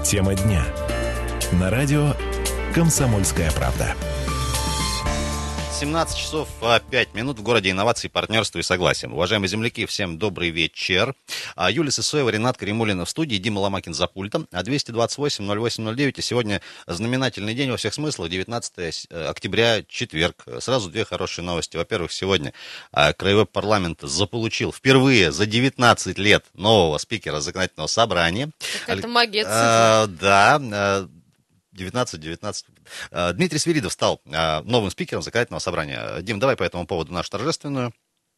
Тема дня. На радио «Комсомольская правда». 17 часов 5 минут в городе инноваций, партнерства и согласия. Уважаемые земляки, всем добрый вечер. Юлия Сысоева, Ренат Каримуллин в студии, Дима Ломакин за пультом. 228-08-09. И сегодня знаменательный день во всех смыслах, 19 октября, четверг. Сразу две хорошие новости. Во-первых, сегодня Краевой парламент заполучил впервые за 19 лет нового спикера законодательного собрания. Это магия цифр. Да, 19. Дмитрий Свиридов стал новым спикером законодательного собрания. Дим, давай по этому поводу нашу торжественную.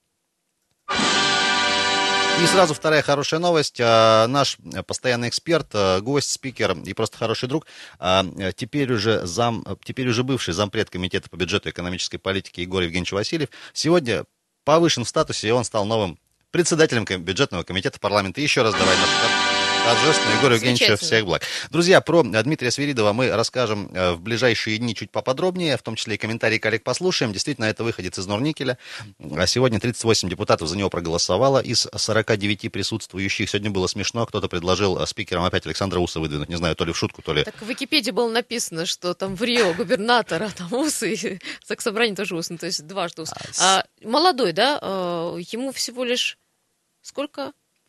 И сразу вторая хорошая новость. Наш постоянный эксперт, гость, спикер и просто хороший друг, теперь уже бывший зампред комитета по бюджету и экономической политике Егор Евгеньевич Васильев, сегодня повышен в статусе, и он стал новым председателем бюджетного комитета парламента. Еще раз давай нашу торжественно. Егор Евгеньевич, всех благ. Друзья, про Дмитрия Свиридова мы расскажем в ближайшие дни чуть поподробнее, в том числе и комментарии коллег послушаем. Действительно, это выходец из Норникеля. Сегодня 38 депутатов за него проголосовало. Из 49 присутствующих сегодня было смешно. Кто-то предложил спикером опять Александра Усса выдвинуть. Не знаю, то ли в шутку, то ли... Так в Википедии было написано, что там в Рио губернатора там Усс, и Заксобрание тоже Усс. Ну, то есть дважды Усс. Молодой, да? Ему всего лишь... Сколько?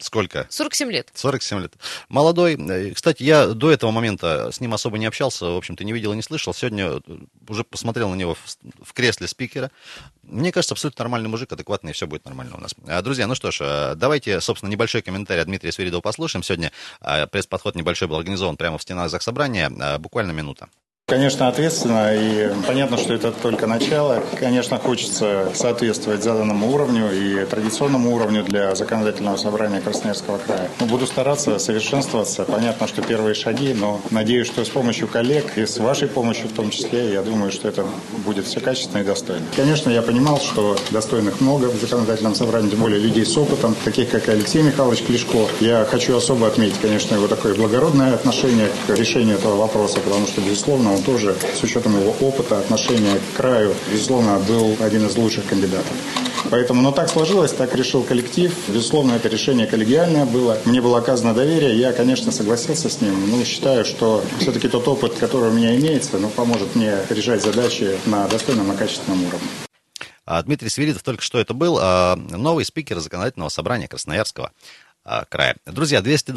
47 лет. 47 лет. Молодой. Кстати, я до этого момента с ним особо не общался, в общем-то, не видел и не слышал. Сегодня уже посмотрел на него в кресле спикера. Мне кажется, абсолютно нормальный мужик, адекватный, и все будет нормально у нас. Друзья, ну что ж, давайте, собственно, небольшой комментарий от Дмитрия Свиридова послушаем. Сегодня пресс-подход небольшой был организован прямо в стенах Заксобрания. Буквально минута. Конечно, ответственно, и понятно, что это только начало. Конечно, хочется соответствовать заданному уровню и традиционному уровню для законодательного собрания Красноярского края. Но буду стараться совершенствоваться. Понятно, что первые шаги, но надеюсь, что с помощью коллег и с вашей помощью в том числе, я думаю, что это будет все качественно и достойно. Конечно, я понимал, что достойных много в законодательном собрании, тем более людей с опытом, таких как Алексей Михайлович Клишко. Я хочу особо отметить, конечно, его такое благородное отношение к решению этого вопроса, потому что, безусловно, он тоже, с учетом его опыта, отношения к краю, безусловно, был один из лучших кандидатов. Поэтому, так сложилось, так решил коллектив. Безусловно, это решение коллегиальное было. Мне было оказано доверие, я, конечно, согласился с ним. Но считаю, что все-таки тот опыт, который у меня имеется, поможет мне решать задачи на достойном и качественном уровне. Дмитрий Свиридов только что это был новый спикер законодательного собрания Красноярского края. Друзья,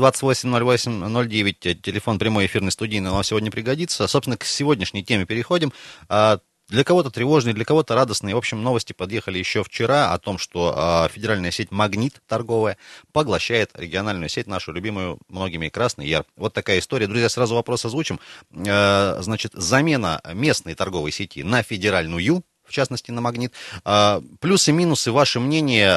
228-08-09, телефон прямой эфирной студийный нам сегодня пригодится. Собственно, к сегодняшней теме переходим. Для кого-то тревожный, для кого-то радостный. В общем, новости подъехали еще вчера о том, что федеральная сеть «Магнит» торговая поглощает региональную сеть, нашу любимую многими, «Красный Яр». Вот такая история. Друзья, сразу вопрос озвучим. Значит, замена местной торговой сети на федеральную, в частности, на «Магнит». Плюсы, минусы, ваше мнение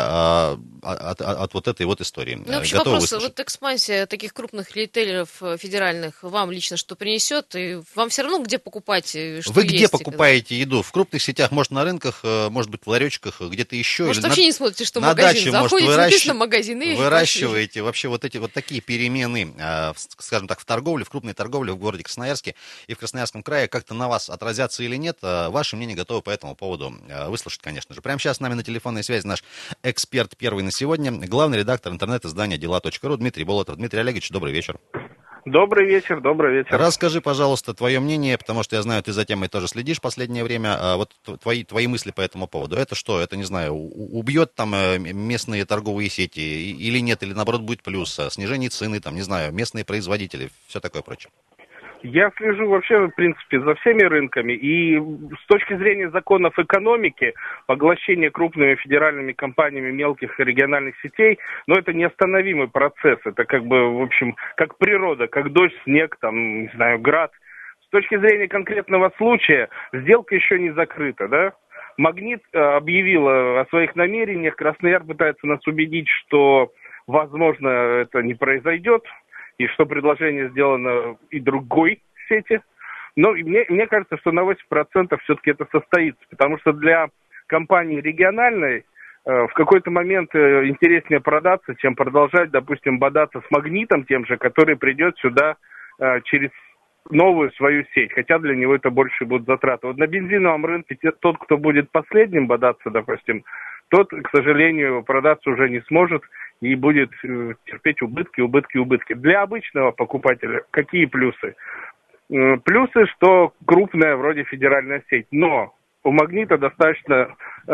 от вот этой вот истории. Вообще вопрос, экспансия таких крупных ритейлеров федеральных вам лично что принесет? И вам все равно где покупать, что Вы есть? Где покупаете еду? В крупных сетях, может, на рынках, может быть, в ларечках, где-то еще? Может, вообще не смотрите, что на магазин. даче, Заходите, написано магазин. И выращиваете вообще вот такие перемены, скажем так, в торговле, в крупной торговле в городе Красноярске и в Красноярском крае как-то на вас отразятся или нет? Ваше мнение готовы по этому поводу выслушать, конечно же. Прямо сейчас с нами на телефонной связи наш эксперт первый на сегодня, главный редактор интернет-издания дела.ру Дмитрий Болотов. Дмитрий Олегович, добрый вечер. Добрый вечер, добрый вечер. Расскажи, пожалуйста, твое мнение, потому что я знаю, ты за темой тоже следишь в последнее время. Вот твои мысли по этому поводу. Это что? Это, не знаю, убьет там местные торговые сети или нет? Или, наоборот, будет плюс? Снижение цены, там, не знаю, местные производители, все такое прочее. Я слежу вообще, в принципе, за всеми рынками, и с точки зрения законов экономики, поглощение крупными федеральными компаниями мелких региональных сетей, это неостановимый процесс, это в общем, как природа, как дождь, снег, там, не знаю, град. С точки зрения конкретного случая, сделка еще не закрыта, да? «Магнит» объявила о своих намерениях, Красный Яр пытается нас убедить, что, возможно, это не произойдет, и что предложение сделано и другой сети. Но мне кажется, что на 8% все-таки это состоится, потому что для компании региональной в какой-то момент интереснее продаться, чем продолжать, допустим, бодаться с «Магнитом» тем же, который придет сюда через новую свою сеть, хотя для него это больше будут затраты. Вот на бензиновом рынке тот, кто будет последним бодаться, допустим, тот, к сожалению, продаться уже не сможет, и будет терпеть убытки. Для обычного покупателя какие плюсы? Плюсы, что крупная вроде федеральная сеть, но у «Магнита» достаточно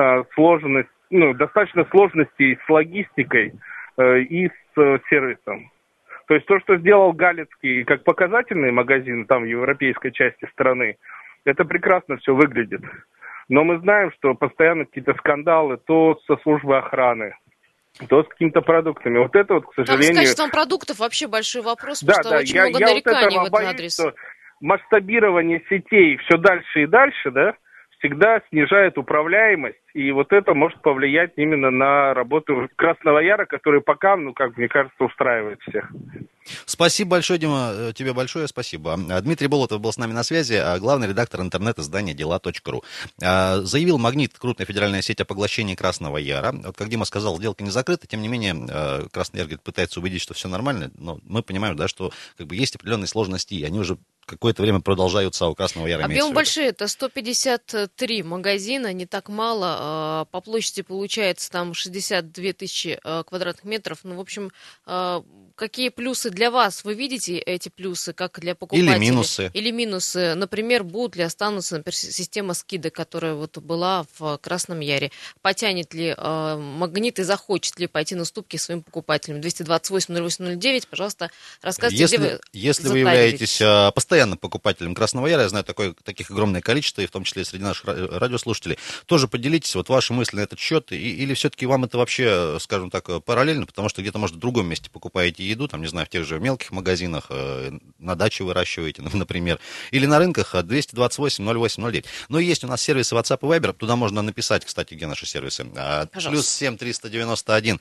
сложностей с логистикой и с сервисом. То есть то, что сделал Галицкий как показательный магазин там в европейской части страны, это прекрасно все выглядит. Но мы знаем, что постоянно какие-то скандалы то со службой охраны, то с какими-то продуктами. Вот это вот, к сожалению... Там с качеством продуктов вообще большой вопрос, потому что очень много нареканий в этот адрес. Что масштабирование сетей все дальше и дальше, да, всегда снижает управляемость, и вот это может повлиять именно на работу Красного Яра, который пока, мне кажется, устраивает всех. Спасибо большое, Дима, тебе большое спасибо. Дмитрий Болотов был с нами на связи, главный редактор интернет-издания дела.ру. Заявил «Магнит», крупная федеральная сеть, о поглощении Красного Яра. Вот, как Дима сказал, сделка не закрыта, тем не менее, Красный Яр пытается убедить, что все нормально, но мы понимаем, да, что есть определенные сложности, и они уже какое-то время продолжаются у Красного Яра. Объем большой, это 153 магазина, не так мало. По площади получается там 62 тысячи квадратных метров. В общем, какие плюсы для вас? Вы видите эти плюсы, как для покупателей? Или минусы. Например, будут ли останутся, например, система скидок, которая вот была в Красном Яре? Потянет ли «Магнит» и захочет ли пойти на уступки своим покупателям? 228-08-09, пожалуйста, рассказывайте, если вы являетесь постоянным покупателем Красного Яра, я знаю таких огромное количество, и в том числе и среди наших радиослушателей, тоже поделитесь вот ваши мысли на этот счет, или все-таки вам это вообще, скажем так, параллельно, потому что где-то, может, в другом месте покупаете еду, там, не знаю, в тех же мелких магазинах, на даче выращиваете, например, или на рынках 228-08-09. Но есть у нас сервисы WhatsApp и Viber, туда можно написать, кстати, где наши сервисы. Плюс 7 391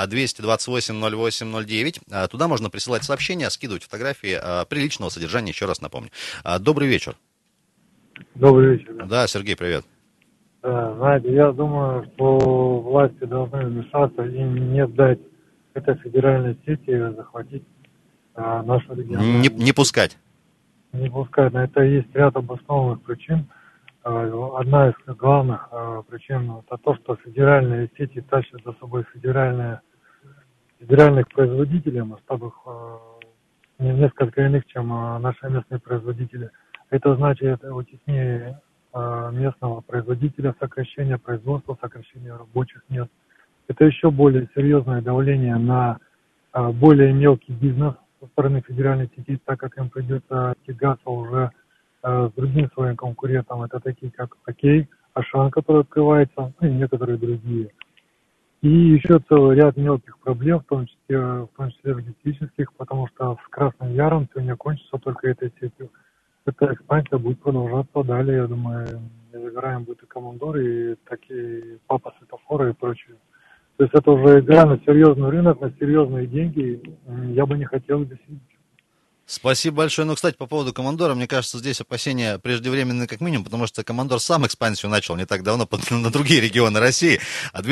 228-08-09. Туда можно присылать сообщения, скидывать фотографии приличного содержания, еще раз напомню. Добрый вечер. Добрый вечер. Да, Сергей, привет. Знаете, я думаю, что власти должны вмешаться и не дать этой федеральной сети захватить нашу регион. Не пускать. Не пускать. На это есть ряд обоснованных причин. Одна из главных причин это то, что федеральные сети тащат за собой федеральных производителей, масштабах несколько иных, чем наши местные производители. Это значит утеснение местного производителя, сокращение производства, сокращение рабочих мест. Это еще более серьезное давление на более мелкий бизнес со стороны федеральной сети, так как им придется тягаться уже с другим своим конкурентом. Это такие как Окей, Ашан, который открывается, и некоторые другие. И еще целый ряд мелких проблем, в том числе логистических, потому что с Красным Яром все не кончится только этой сетью. Эта экспансия будет продолжаться далее, я думаю, не забираем будет и Командор, и такие Папа Светофора и прочее. То есть это уже игра на серьезный рынок, на серьезные деньги, я бы не хотел здесь видеть. Спасибо большое. Кстати, по поводу Командора, мне кажется, здесь опасения преждевременные как минимум, потому что Командор сам экспансию начал не так давно на другие регионы России.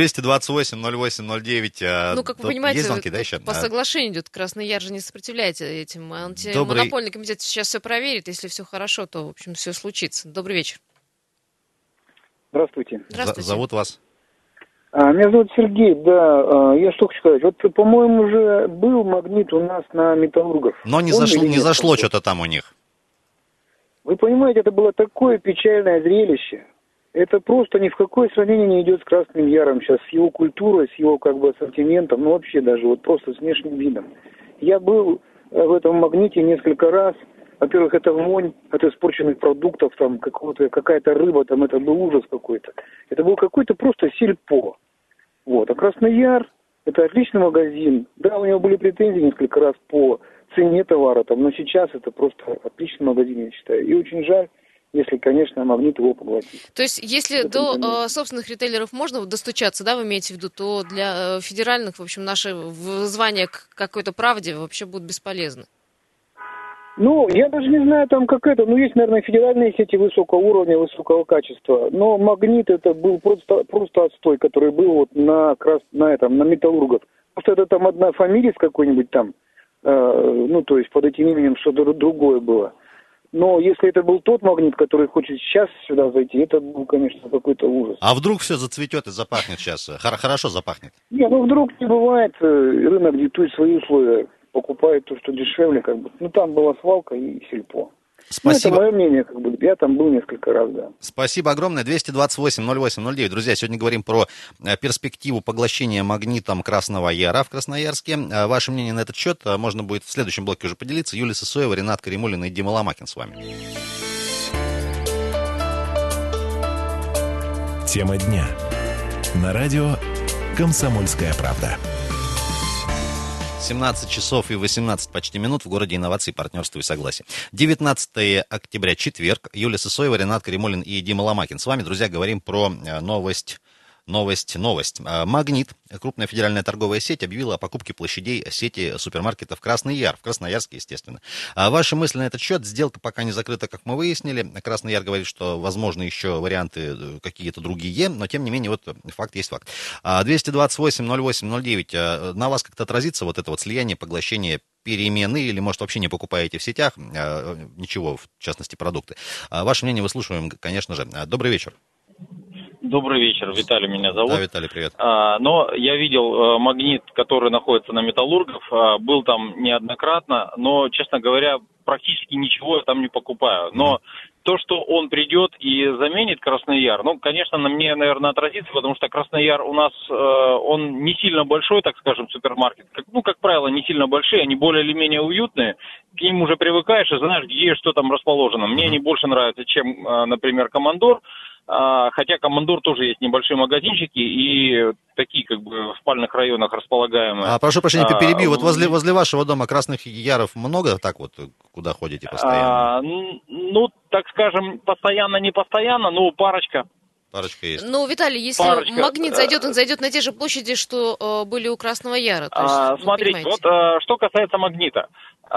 228-08-09. Как вы понимаете, есть звонки, да, еще? По соглашению идет. Красный Яр же не сопротивляется этим. Антимонопольный комитет сейчас все проверит. Если все хорошо, то, в общем, все случится. Добрый вечер. Здравствуйте. Зовут вас? Меня зовут Сергей, да, я что хочу сказать, вот, по-моему, уже был «Магнит» у нас на Металлургов. Но не зашло что-то там у них. Вы понимаете, это было такое печальное зрелище, это просто ни в какое сравнение не идет с Красным Яром сейчас, с его культурой, с его ассортиментом, вообще даже просто с внешним видом. Я был в этом «Магните» несколько раз. Во-первых, это вонь от испорченных продуктов, там какая-то рыба, там это был ужас какой-то. Это был какой-то просто сельпо. А Красный Яр – это отличный магазин. Да, у него были претензии несколько раз по цене товара, но сейчас это просто отличный магазин, я считаю. И очень жаль, если, конечно, «Магнит» его поглотит. То есть, если до собственных ритейлеров можно достучаться, да, вы имеете в виду, то для федеральных, в общем, наше воззвание к какой-то правде вообще будет бесполезно? Я даже не знаю, есть, наверное, федеральные сети высокого уровня, высокого качества, но «Магнит» это был просто отстой, который был на Металлургов. Просто это там одна фамилия с какой-нибудь там, то есть под этим именем что-то другое было. Но если это был тот магнит, который хочет сейчас сюда зайти, это был, конечно, какой-то ужас. А вдруг все зацветет и запахнет сейчас? Хорошо запахнет. Не, ну вдруг не бывает, рынок диктует свои условия, покупает то, что дешевле, как бы. Ну там была свалка и сельпо. Спасибо. Ну, это мое мнение, как бы. Я там был несколько раз, да. Спасибо огромное. 228-08-09. Друзья, сегодня говорим про перспективу поглощения магнитом Красного Яра в Красноярске. Ваше мнение на этот счет можно будет в следующем блоке уже поделиться. Юлия Сысоева, Ренат Каримуллин и Дима Ломакин с вами. Тема дня. На радио «Комсомольская правда». 17 часов и 18 почти минут в городе инноваций, партнерства и согласия. 19 октября, четверг. Юлия Сысоева, Ренат Каримуллин и Дима Ломакин. С вами, друзья, говорим про новость. Магнит, крупная федеральная торговая сеть, объявила о покупке площадей сети супермаркетов «Красный Яр», в Красноярске, естественно. Ваши мысли на этот счет? Сделка пока не закрыта, как мы выяснили. «Красный Яр» говорит, что, возможно, еще варианты какие-то другие, но, тем не менее, вот факт есть факт. 228-08-09. На вас как-то отразится вот это вот слияние, поглощение, перемены, или, может, вообще не покупаете в сетях ничего, в частности, продукты? Ваше мнение выслушиваем, конечно же. Добрый вечер. Добрый вечер, Виталий меня зовут. Да, Виталий, привет. Но я видел магнит, который находится на Металлургов, был там неоднократно, но, честно говоря, практически ничего я там не покупаю. Но то, что он придет и заменит Красный Яр, ну, конечно, на мне, наверное, отразится, потому что Красный Яр у нас, он не сильно большой, так скажем, супермаркет. Как правило, не сильно большие, они более или менее уютные. К ним уже привыкаешь и знаешь, где что там расположено. Мне они больше нравятся, чем, например, Командор. Хотя Командор тоже есть небольшие магазинчики и такие как бы в спальных районах располагаемые. Прошу прощения, перебью. Вот возле вашего дома Красных Яров много, так вот, куда ходите постоянно? Ну, так скажем, постоянно, не постоянно, но парочка. Парочка есть. Ну, Виталий, если магнит зайдет, он зайдет на те же площади, что были у Красного Яра. То есть, смотрите, вот что касается магнита.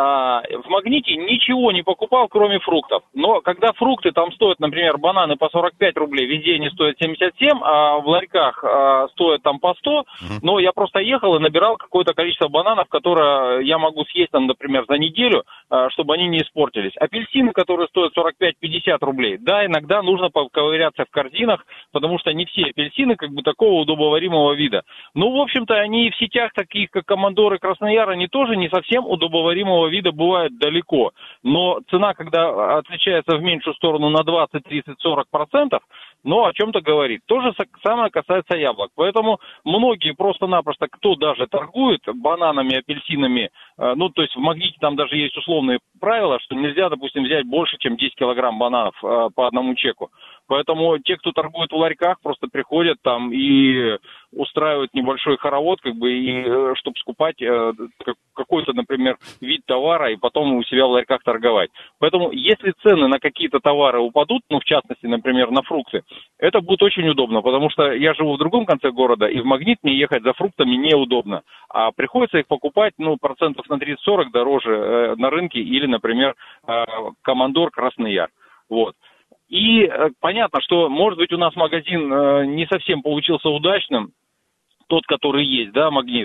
В магните ничего не покупал, кроме фруктов. Но когда фрукты там стоят, например, бананы по 45 рублей, везде они стоят 77, а в ларьках стоят там по 100, но я просто ехал и набирал какое-то количество бананов, которое я могу съесть, там, например, за неделю, чтобы они не испортились. Апельсины, которые стоят 45-50 рублей, да, иногда нужно поковыряться в корзинах, потому что не все апельсины как бы такого удобоваримого вида. Ну, в общем-то, они в сетях таких, как Командор и Красный Яр, они тоже не совсем удобоваримого вида бывает далеко. Но цена, когда отличается в меньшую сторону на 20, 30, 40%, но о чем-то говорит. То же самое касается яблок. Поэтому многие просто-напросто, кто даже торгует бананами, апельсинами, ну, то есть в магните там даже есть условные правила, что нельзя, допустим, взять больше, чем 10 килограмм бананов по одному чеку. Поэтому те, кто торгует в ларьках, просто приходят там и устраивают небольшой хоровод, как бы, и чтобы скупать какой-то, например, вид товара и потом у себя в ларьках торговать. Поэтому, если цены на какие-то товары упадут, ну, в частности, например, на фрукты, это будет очень удобно, потому что я живу в другом конце города, и в магнит мне ехать за фруктами неудобно. А приходится их покупать, ну, процентов на 30-40 дороже на рынке или, например, Командор, Красный Яр. Вот. И понятно, что, может быть, у нас магазин не совсем получился удачным, тот, который есть, да, магнит.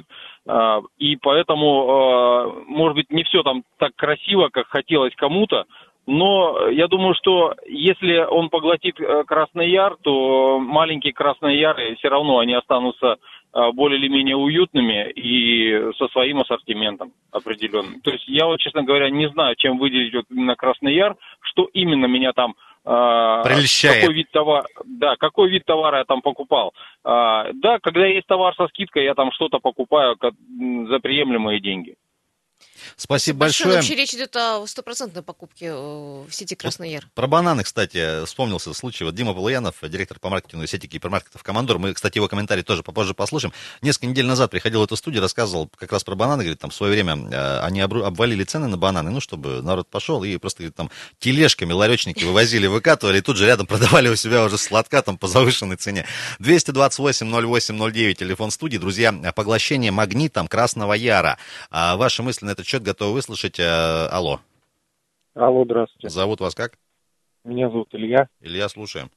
И поэтому, может быть, не все там так красиво, как хотелось кому-то. Но я думаю, что если он поглотит Красный Яр, то маленькие Красные Яры все равно они останутся более или менее уютными и со своим ассортиментом определенным. То есть я вот, честно говоря, не знаю, чем выделить вот именно Красный Яр, что именно меня там прельщает. Какой вид товара я там покупал. Да, когда есть товар со скидкой, я там что-то покупаю за приемлемые деньги. Спасибо большое. Вообще речь идет о стопроцентной покупке в сети Красный Яр. Про бананы, кстати, вспомнился случай. Вот Дима Полуянов, директор по маркетингу сети гипермаркетов «Командор». Мы, кстати, его комментарий тоже попозже послушаем. Несколько недель назад приходил в эту студию, рассказывал как раз про бананы. Говорит, там в свое время они обвалили цены на бананы, ну, чтобы народ пошел и просто, говорит, там тележками ларечники вывозили, выкатывали, и тут же рядом продавали у себя уже сладка там по завышенной цене. 228-08-09, телефон студии. Друзья, поглощение магнитом Красного Яра. Ваши мысли на этот счет готовы выслушать. Алло. Алло, здравствуйте. Зовут вас как? Меня зовут Илья. Илья, слушаем.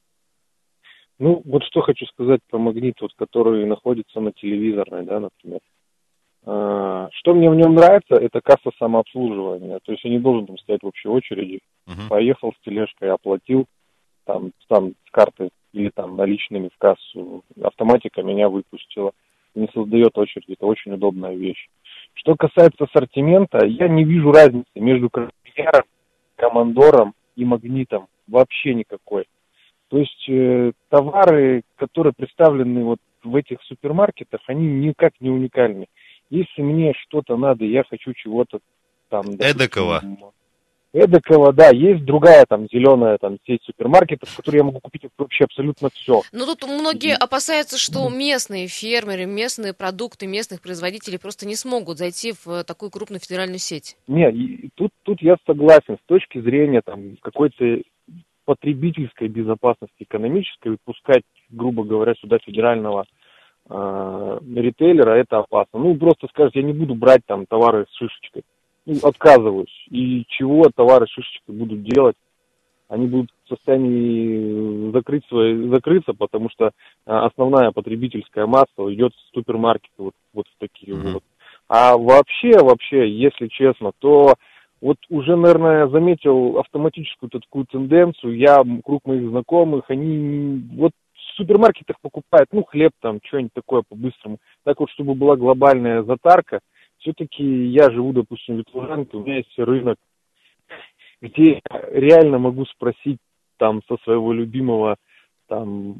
Ну, вот что хочу сказать про магнит, вот, который находится на телевизорной, да, например. Что мне в нем нравится, это касса самообслуживания. То есть я не должен там стоять в общей очереди. Поехал с тележкой, оплатил там с карты или там наличными в кассу. Автоматика меня выпустила. Не создает очередь. Это очень удобная вещь. Что касается ассортимента, я не вижу разницы между Краснояром, Командором и Магнитом. Вообще никакой. То есть товары, которые представлены вот в этих супермаркетах, они никак не уникальны. Если мне что-то надо, я хочу чего-то там... Эдакого, да. Есть другая там зеленая там сеть супермаркетов, в которой я могу купить вообще абсолютно все. Ну, тут многие опасаются, что местные фермеры, местные продукты, местных производителей просто не смогут зайти в такую крупную федеральную сеть. Нет, тут я согласен. С точки зрения там какой-то потребительской безопасности экономической, выпускать, грубо говоря, сюда федерального ритейлера, это опасно. Ну, просто скажешь, я не буду брать там товары с шишечкой. Отказываюсь. И чего товары с шишечкой будут делать? Они будут в состоянии закрыться, потому что основная потребительская масса идет в супермаркеты, вот в такие вот. А вообще, если честно, то вот уже, наверное, заметил автоматическую такую тенденцию. Круг моих знакомых, они вот в супермаркетах покупают, хлеб там, что-нибудь такое по-быстрому. Так вот, чтобы была глобальная затарка. Все-таки я живу, допустим, в Ветлужанке, у меня есть рынок, где я реально могу спросить там со своего любимого там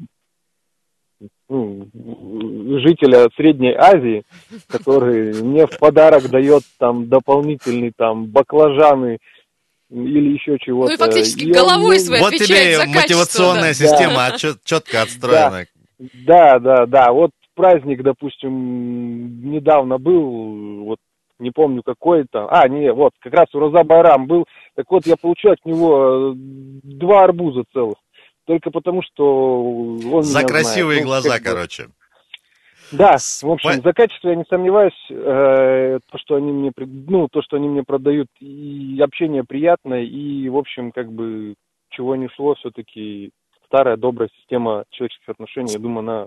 жителя Средней Азии, который мне в подарок дает там дополнительные там баклажаны или еще чего-то. Ну и фактически головой своей отвечает за качество. Вот тебе мотивационная система четко отстроена. Да. Вот праздник, допустим, недавно был, вот не помню какой-то, вот как раз Уроза Байрам был, так вот я получил от него 2 арбуза целых, только потому что он за меня красивые знает. Глаза, короче. Да, в общем, за качество я не сомневаюсь, то, что они мне продают, и общение приятное, и, в общем, чего ни шло, все-таки старая добрая система человеческих отношений, я думаю, она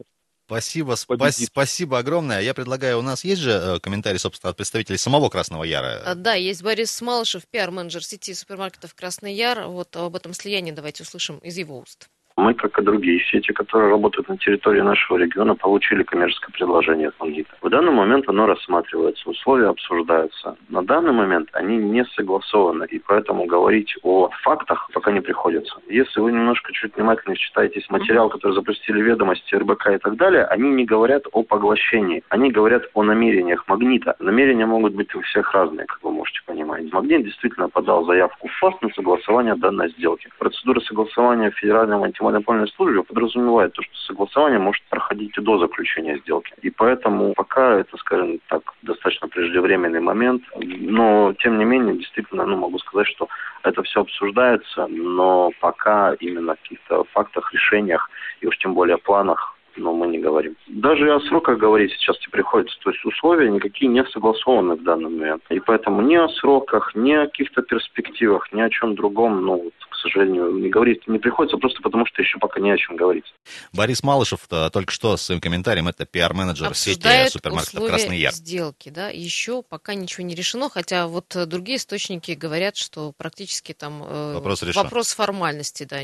Спасибо огромное. Я предлагаю, у нас есть же комментарий, собственно, от представителей самого Красного Яра? Да, есть Борис Малышев, пиар-менеджер сети супермаркетов Красный Яр. Вот об этом слиянии давайте услышим из его уст. Мы, как и другие сети, которые работают на территории нашего региона, получили коммерческое предложение от Магнита. В данный момент оно рассматривается, условия обсуждаются. На данный момент они не согласованы, и поэтому говорить о фактах пока не приходится. Если вы немножко чуть внимательнее читаетесь материал, который запустили ведомости, РБК и так далее, они не говорят о поглощении, они говорят о намерениях Магнита. Намерения могут быть у всех разные, как вы можете понимать. Магнит действительно подал заявку в ФАС на согласование данной сделки. Процедура согласования в Федеральном антимонопольной службе подразумевает то, что согласование может проходить и до заключения сделки. И поэтому пока это, скажем так, достаточно преждевременный момент. Но, тем не менее, действительно, могу сказать, что это все обсуждается, но пока именно о каких-то фактах, решениях и уж тем более планах мы не говорим. Даже о сроках говорить сейчас не приходится. То есть условия никакие не согласованы в данный момент. И поэтому ни о сроках, ни о каких-то перспективах, ни о чем другом, к сожалению, не говорить не приходится, просто потому что еще пока не о чем говорить. Борис Малышев только что с своим комментарием, это пиар-менеджер сети супермаркетов Красный Яр. Сделки, да, еще пока ничего не решено, хотя вот другие источники говорят, что практически там вопрос формальности, да.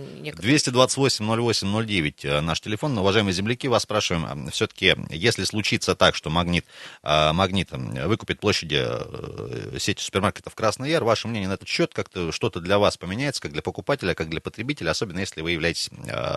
228-08-09 наш телефон. Уважаемые земляки, вас спрашиваем, все-таки, если случится так, что Магнит выкупит площади сети супермаркетов Красный Яр, ваше мнение на этот счет, как-то что-то для вас поменяется, как для покупателя, как для потребителя, особенно если вы являетесь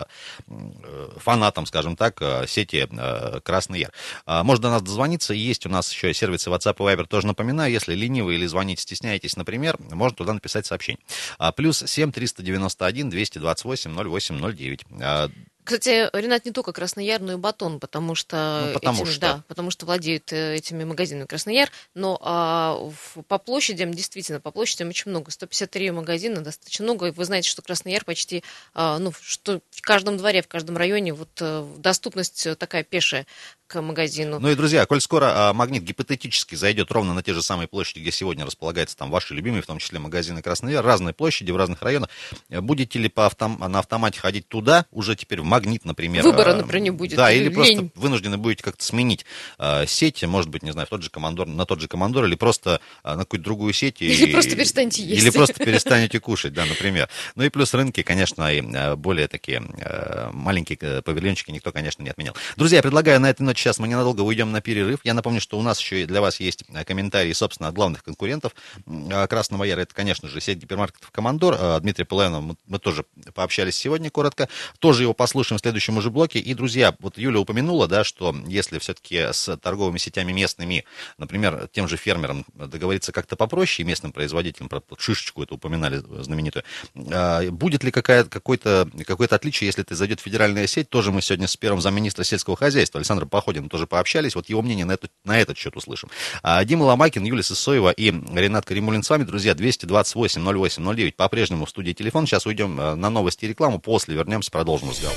фанатом, скажем так, сети Красный Яр. Можно до нас дозвониться, есть у нас еще сервисы WhatsApp и Viber, тоже напоминаю, если ленивы или звонить стесняетесь, например, можно туда написать сообщение. +7 391 228 08 09. Кстати, Ренат, не только Красный Яр, но и Батон, потому что владеют этими магазинами Красный Яр, но по площадям очень много, 153 магазина, достаточно много, и вы знаете, что Красный Яр почти, что в каждом дворе, в каждом районе доступность такая пешая к магазину. Ну и, друзья, коль скоро «Магнит» гипотетически зайдет ровно на те же самые площади, где сегодня располагаются там ваши любимые, в том числе магазины «Красный Яр», разные площади в разных районах, будете ли на автомате ходить туда, уже теперь в «Магнит», например? Выбора, например, не будет. Да, или просто вынуждены будете как-то сменить сеть, может быть, не знаю, на тот же «Командор», или просто на какую-то другую сеть. Или просто перестанете есть. Или просто перестанете кушать, да, например. Ну и плюс рынки, конечно, и более такие маленькие павильончики никто, конечно, не отменял. Друзья, я предлагаю на этой ноте сейчас мы ненадолго уйдем на перерыв. Я напомню, что у нас еще и для вас есть комментарии, собственно, от главных конкурентов «Красного Яра». Это, конечно же, сеть гипермаркетов «Командор». Дмитрия Полоянова мы тоже пообщались сегодня коротко. Тоже его послушаем в следующем уже блоке. И, друзья, вот Юля упомянула, да, что если все-таки с торговыми сетями местными, например, тем же фермерам договориться как-то попроще, местным производителям, про шишечку это упоминали знаменитую, будет ли какое-то отличие, если ты зайдет в федеральная сеть? Тоже мы сегодня с первым замминистра сельского хозяйства Александром Походиным тоже пообщались. Вот его мнение на этот счет услышим. Дима Ломакин, Юлия Сысоева и Ренат Каримулин с вами. Друзья, 228-08-09 по-прежнему в студии телефон. Сейчас уйдем на новости и рекламу. После вернемся, продолжим разговор.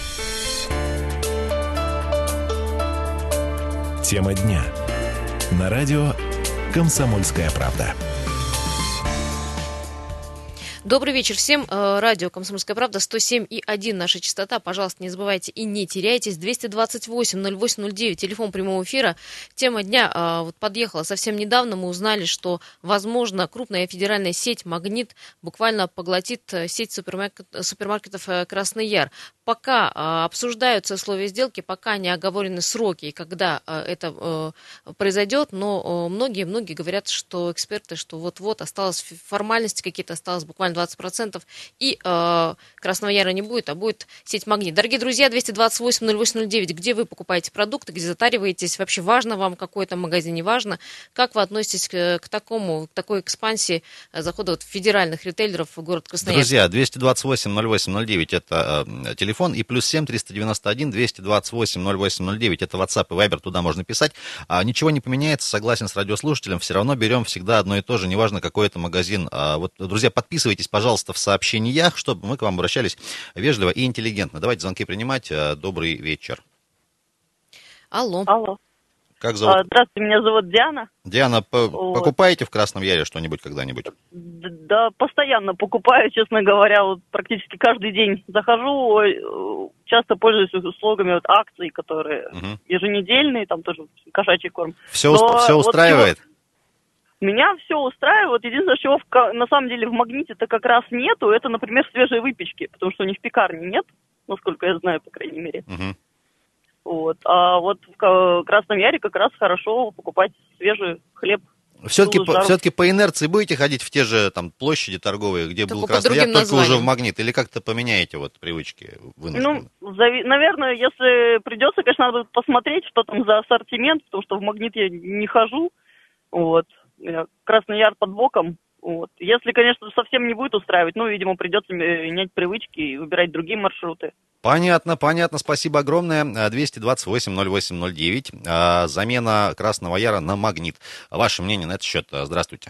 Тема дня. На радио «Комсомольская правда». Добрый вечер всем. Радио «Комсомольская правда», 107,1 наша частота. Пожалуйста, не забывайте и не теряйтесь. 228-08-09, телефон прямого эфира. Тема дня вот подъехала совсем недавно. Мы узнали, что, возможно, крупная федеральная сеть «Магнит» буквально поглотит сеть супермаркетов «Красный Яр». Пока обсуждаются условия сделки, пока не оговорены сроки, когда это произойдет, но многие говорят, что эксперты, что вот-вот осталось формальности какие-то, осталось буквально 20%, и Красного Яра не будет, а будет сеть «Магнит». Дорогие друзья, 228-08-09, где вы покупаете продукты, где затариваетесь, вообще важно вам какой-то магазин, не важно, как вы относитесь к такой экспансии захода вот федеральных ритейлеров в город Красноярск? Друзья, 228-08-09 это телефон, и плюс 7-391-228-08-09 это WhatsApp и Viber, туда можно писать. Ничего не поменяется, согласен с радиослушателем, все равно берем всегда одно и то же, неважно, какой это магазин. Вот, друзья, подписывайтесь, пожалуйста, в сообщениях, чтобы мы к вам обращались вежливо и интеллигентно. Давайте звонки принимать. Добрый вечер. Алло. Как зовут? Здравствуйте, меня зовут Диана. Диана, покупаете в Красном Яре что-нибудь когда-нибудь? Да, постоянно покупаю, честно говоря, вот практически каждый день захожу, часто пользуюсь услугами вот акций, которые еженедельные, там тоже кошачий корм. Все устраивает? Меня все устраивает. Единственное, чего на самом деле в «Магните»-то как раз нету, это, например, свежие выпечки, потому что у них пекарни нет, насколько я знаю, по крайней мере. Вот. А вот в Красном Яре как раз хорошо покупать свежий хлеб. Все-таки по инерции будете ходить в те же там площади торговые, где был Красный Яр, только уже в «Магнит», или как-то поменяете вот привычки вынужденно? Ну, наверное, если придется, конечно, надо будет посмотреть, что там за ассортимент, потому что в «Магнит» я не хожу. Вот. Красный Яр под боком. Вот. Если, конечно, совсем не будет устраивать, видимо, придется менять привычки и выбирать другие маршруты. Понятно, спасибо огромное. 228-08-09, замена Красного Яра на «Магнит». Ваше мнение на этот счет? Здравствуйте.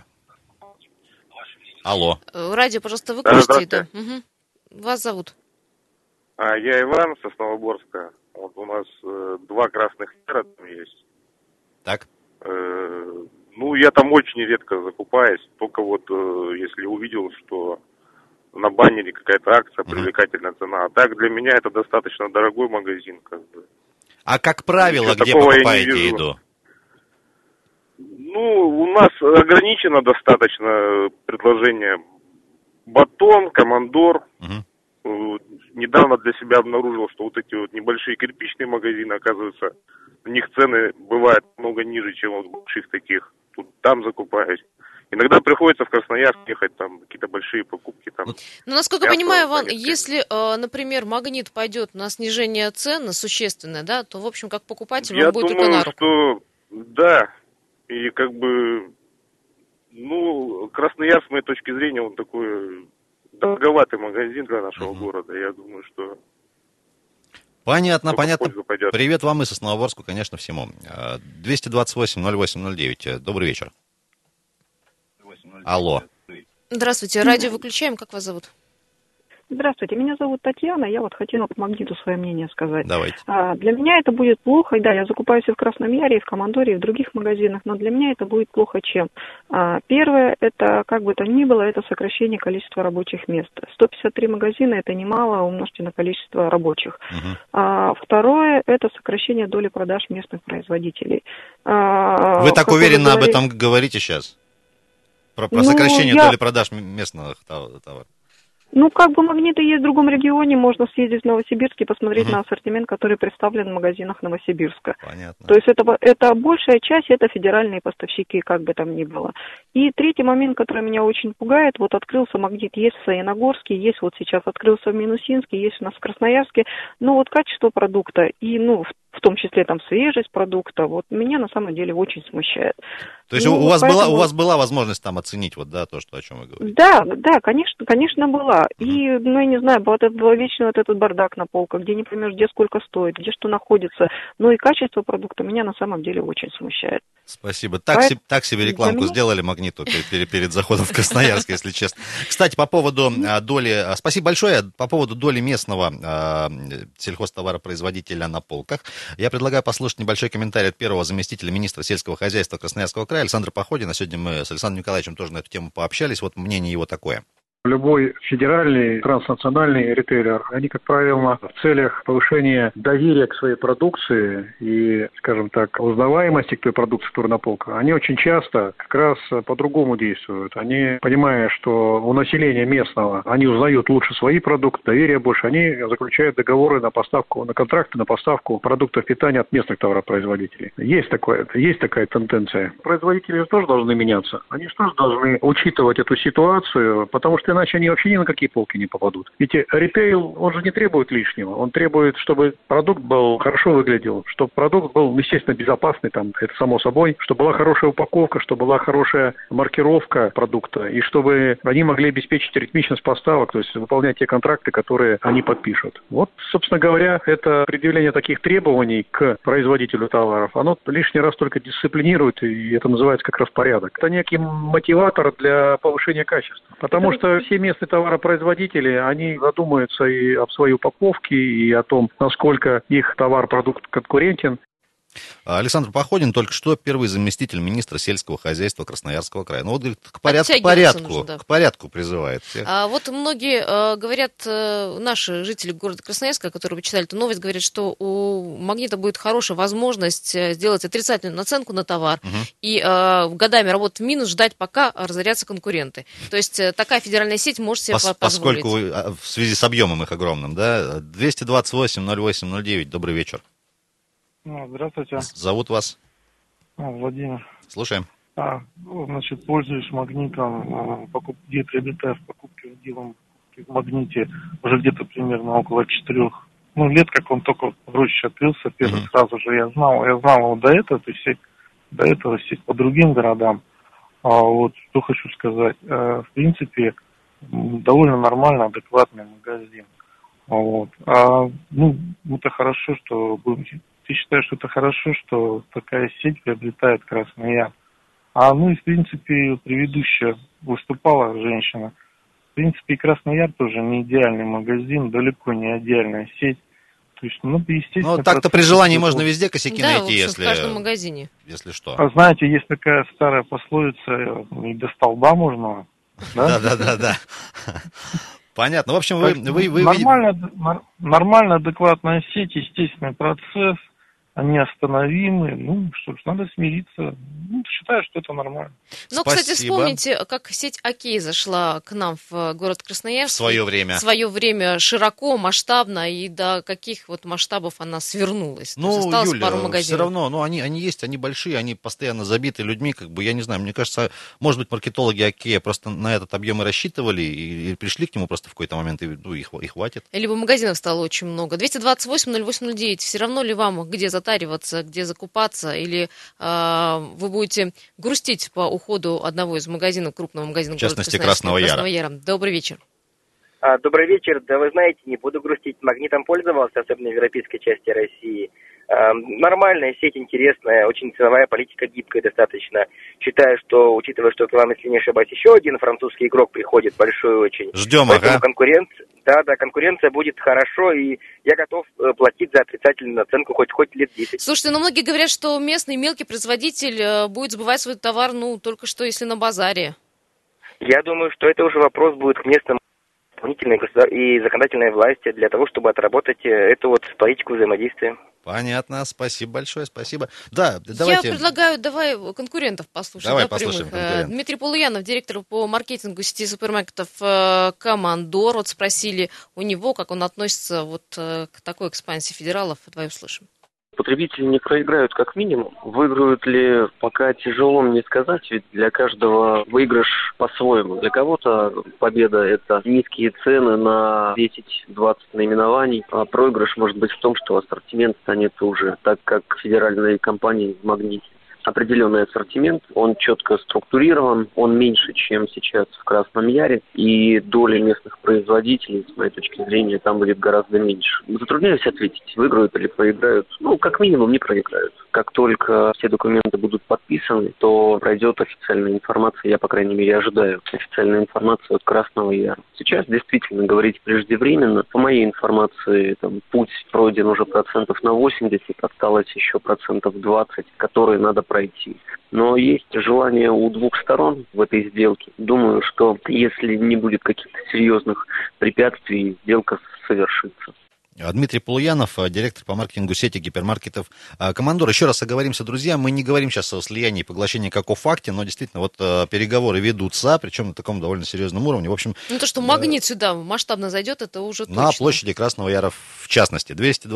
Алло. Радио, пожалуйста, выключите. Угу. Вас зовут? Я Иван, Сосновоборска. Вот у нас 2 Красных Яра там есть. Так. Я там очень редко закупаюсь, только вот если увидел, что на баннере какая-то акция, привлекательная цена. А так для меня это достаточно дорогой магазин, как бы. А как правило, где покупаете еду? У нас ограничено достаточно предложение. Батон, «Командор». Недавно для себя обнаружил, что вот эти вот небольшие кирпичные магазины, оказывается, у них цены бывают много ниже, чем вот больших таких. Там закупаюсь. Иногда приходится в Красноярск ехать, там какие-то большие покупки. Там. Насколько я понимаю, Иван, если, например, «Магнит» пойдет на снижение цен существенное, да, то, в общем, как покупатель, он будет только на руку. Что да, и как бы, Красноярск, с моей точки зрения, он такой дороговатый магазин для нашего города. Я думаю, что... Понятно. Привет вам и Сосновоборску, конечно, всему. 228-08-09. Добрый вечер. Алло. Здравствуйте. Радио выключаем. Как вас зовут? Здравствуйте, меня зовут Татьяна, я вот хотела по Магниту свое мнение сказать. Давайте. Для меня это будет плохо, и да, я закупаюсь и в Красном Яре, и в Командоре, и в других магазинах, но для меня это будет плохо чем? Первое, это, как бы то ни было, это сокращение количества рабочих мест. 153 магазина, это немало, умножьте на количество рабочих. Второе, это сокращение доли продаж местных производителей. Вы так уверенно об этом говорите сейчас? Про сокращение доли продаж местных товаров? Ну, как бы Магниты есть в другом регионе, можно съездить в Новосибирск и посмотреть на ассортимент, который представлен в магазинах Новосибирска. Понятно. То есть это большая часть, это федеральные поставщики, как бы там ни было. И третий момент, который меня очень пугает, вот открылся Магнит, есть в Саяногорске, есть вот сейчас открылся в Минусинске, есть у нас в Красноярске, но вот качество продукта и, в том числе там свежесть продукта, вот меня на самом деле очень смущает. То есть у вас была возможность там оценить то, о чем вы говорите? Да, конечно была. И, я не знаю, был вечно этот бардак на полках, где не поймешь, где сколько стоит, где что находится. Но и качество продукта меня на самом деле очень смущает. Спасибо. Так себе рекламку сделали Магниту перед заходом в Красноярск, если честно. Кстати, по поводу доли... Спасибо большое. По поводу доли местного сельхозтоваропроизводителя на полках. Я предлагаю послушать небольшой комментарий от первого заместителя министра сельского хозяйства Красноярского края Александра Походина. Сегодня мы с Александром Николаевичем тоже на эту тему пообщались. Вот мнение его такое. Любой федеральный, транснациональный ритейлер, они, как правило, в целях повышения доверия к своей продукции и, скажем так, узнаваемости к той продукции, которая на полках, они очень часто как раз по-другому действуют. Они, понимая, что у населения местного они узнают лучше свои продукты, доверия больше, они заключают договоры на поставку, на контракты на поставку продуктов питания от местных товаропроизводителей. Есть такая тенденция. Производители тоже должны меняться. Они тоже должны учитывать эту ситуацию, потому что иначе они вообще ни на какие полки не попадут. Ведь ритейл, он же не требует лишнего. Он требует, чтобы продукт был хорошо выглядел, чтобы продукт был, естественно, безопасный, там, это само собой, чтобы была хорошая упаковка, чтобы была хорошая маркировка продукта, и чтобы они могли обеспечить ритмичность поставок, то есть выполнять те контракты, которые они подпишут. Вот, собственно говоря, это предъявление таких требований к производителю товаров, оно лишний раз только дисциплинирует, и это называется как раз порядок. Это некий мотиватор для повышения качества. Потому что все местные товаропроизводители, они задумаются и об своей упаковке, и о том, насколько их товар-продукт конкурентен. Александр Походин только что первый заместитель министра сельского хозяйства Красноярского края. Ну вот, говорит, к порядку призывает всех. Вот многие говорят, наши жители города Красноярска, которые почитали эту новость, говорят, что у Магнита будет хорошая возможность сделать отрицательную наценку на товар и годами работать в минус, ждать, пока разорятся конкуренты. То есть такая федеральная сеть может себе позволить. Поскольку в связи с объемом их огромным, да? 228-08-09, добрый вечер. Здравствуйте. Зовут вас? Владимир. Слушаем. Значит, пользуюсь Магнитом, где приобретаю в покупке в Магните уже где-то примерно около 4 лет, как он только в Рощице открылся, первый сразу же я знал его до этого сеть по другим городам. Вот что хочу сказать. В принципе, довольно нормально, адекватный магазин. Вот. Это хорошо, что я считаю, что это хорошо, что такая сеть приобретает Красный Яр. И в принципе, предыдущая выступала женщина. В принципе, и Красный Яр тоже не идеальный магазин, далеко не идеальная сеть. То есть, естественно... так-то при желании можно везде косяки найти, в если... в каждом магазине. Если что. Знаете, есть такая старая пословица, и до столба можно... Да. Понятно. В общем, вы... Нормально, адекватная сеть, естественный процесс, они остановимы. Надо смириться. Считаю, что это нормально. Но, кстати, вспомните, как сеть Окей зашла к нам в город Красноярск. В свое время. В свое время широко, масштабно, и до каких масштабов она свернулась. Осталось Юля, пару магазинов. все равно, они есть, они большие, они постоянно забиты людьми, я не знаю, мне кажется, может быть, маркетологи Окея просто на этот объем и рассчитывали, и пришли к нему просто в какой-то момент, и хватит. Либо магазинов стало очень много. 228-08-09, все равно ли вам где затариваться, где закупаться, или вы будете грустить по уходу одного из магазинов, крупного магазина в частности, Красного Яра. Добрый вечер. Добрый вечер. Да вы знаете, не буду грустить. Магнитом пользовался, особенно в европейской части России. Нормальная сеть, интересная, очень ценовая политика гибкая достаточно. Считаю, что, учитывая, что к вам, если не ошибаюсь, еще один французский игрок приходит, большой очень. Ждем, поэтому конкуренция будет хорошо, и я готов платить за отрицательную оценку хоть лет 10. Слушайте, но многие говорят, что местный мелкий производитель будет сбывать свой товар, только что если на базаре. Я думаю, что это уже вопрос будет к местным исполнительной и законодательной власти для того, чтобы отработать эту политику взаимодействия. Понятно, спасибо большое, спасибо. Да, давайте... Я предлагаю, давай конкурентов послушаем. Давай послушаем конкурентов. Дмитрий Полуянов, директор по маркетингу сети супермаркетов «Командор». Спросили у него, как он относится к такой экспансии федералов. Давай услышим. Потребители не проиграют как минимум. Выиграют ли, пока тяжело мне сказать, ведь для каждого выигрыш по-своему. Для кого-то победа – это низкие цены на 10-20 наименований, а проигрыш может быть в том, что ассортимент станет уже, так как федеральные компании в «Магните». Определенный ассортимент, он четко структурирован, он меньше, чем сейчас в Красном Яре, и доля местных производителей, с моей точки зрения, там будет гораздо меньше. Затрудняюсь ответить, выиграют или проиграют. Как минимум не проиграют. Как только все документы будут подписаны, то пройдет официальная информация, я, по крайней мере, ожидаю официальную информацию от Красного Яра. Сейчас действительно говорить преждевременно. По моей информации, путь пройден уже 80%, осталось еще 20%, которые надо пройти. Но есть желание у двух сторон в этой сделке. Думаю, что если не будет каких-то серьезных препятствий, сделка совершится. Дмитрий Полуянов, директор по маркетингу сети гипермаркетов «Командор». Еще раз оговоримся, друзья, мы не говорим сейчас о слиянии и поглощении как о факте, но действительно переговоры ведутся, причем на таком довольно серьезном уровне. В общем, то, что «Магнит» сюда масштабно зайдет, это уже точно. На площади Красного Яра в частности.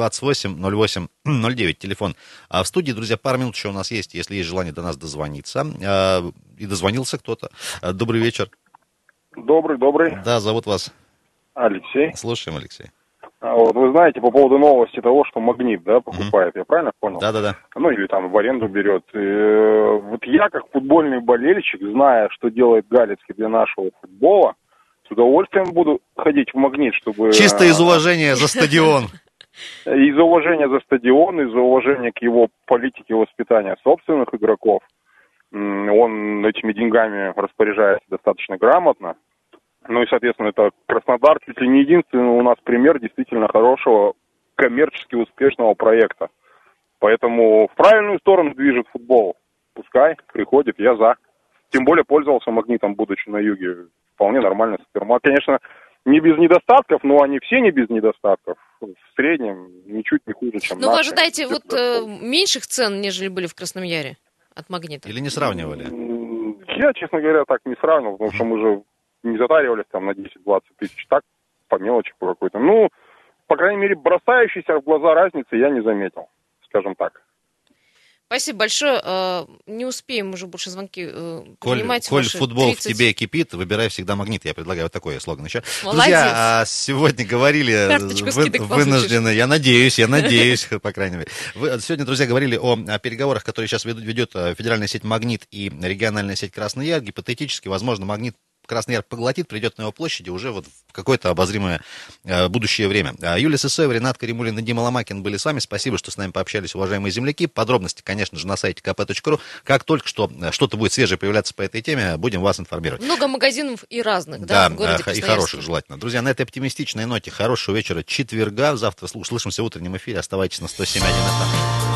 228-08-09 телефон. А в студии, друзья, пару минут еще у нас есть, если есть желание до нас дозвониться. И дозвонился кто-то. Добрый вечер. Добрый. Да, зовут вас? Алексей. Слушаем, Алексей. Вы знаете, по поводу новости того, что «Магнит», покупает, я правильно понял? Да. Или в аренду берет. Я, как футбольный болельщик, зная, что делает Галицкий для нашего футбола, с удовольствием буду ходить в «Магнит», чтобы... Чисто из уважения за стадион. Из-за уважения за стадион, из-за уважения к его политике воспитания собственных игроков. Он этими деньгами распоряжается достаточно грамотно. И, соответственно, это Краснодар чуть ли не единственный у нас пример действительно хорошего, коммерчески успешного проекта. Поэтому в правильную сторону движет футбол. Пускай приходит, я за. Тем более пользовался «Магнитом», будучи на юге. Вполне нормально супермаркет. Конечно, не без недостатков, но они все не без недостатков. В среднем ничуть не хуже, чем наши. Но вы ожидаете меньших цен, нежели были в Красном Яре от «Магнита»? Или не сравнивали? Я, честно говоря, так не сравнивал, потому что мы же не затаривались на 10-20 тысяч, так, по мелочи по какой-то. По крайней мере, бросающейся в глаза разницы я не заметил, скажем так. Спасибо большое. Не успеем уже больше звонки принимать. Коль футбол 30... в тебе кипит, выбирай всегда «Магнит». Я предлагаю такой слоган еще. Молодец. Друзья, сегодня говорили вынуждены, я надеюсь, по крайней мере. Сегодня, друзья, говорили о переговорах, которые сейчас ведет федеральная сеть «Магнит» и региональная сеть «Красный Яр». Гипотетически, возможно, «Магнит» Красный Яр поглотит, придет на его площади уже в какое-то обозримое будущее время. Юлия Сысоева, Ренат Каримулин и Дима Ломакин были с вами. Спасибо, что с нами пообщались, уважаемые земляки. Подробности, конечно же, на сайте kp.ru. Как только что-то будет свежее появляться по этой теме, будем вас информировать. Много магазинов и разных, в городе и хороших желательно. Друзья, на этой оптимистичной ноте хорошего вечера четверга. Завтра слышимся в утреннем эфире. Оставайтесь на 107.1 FM.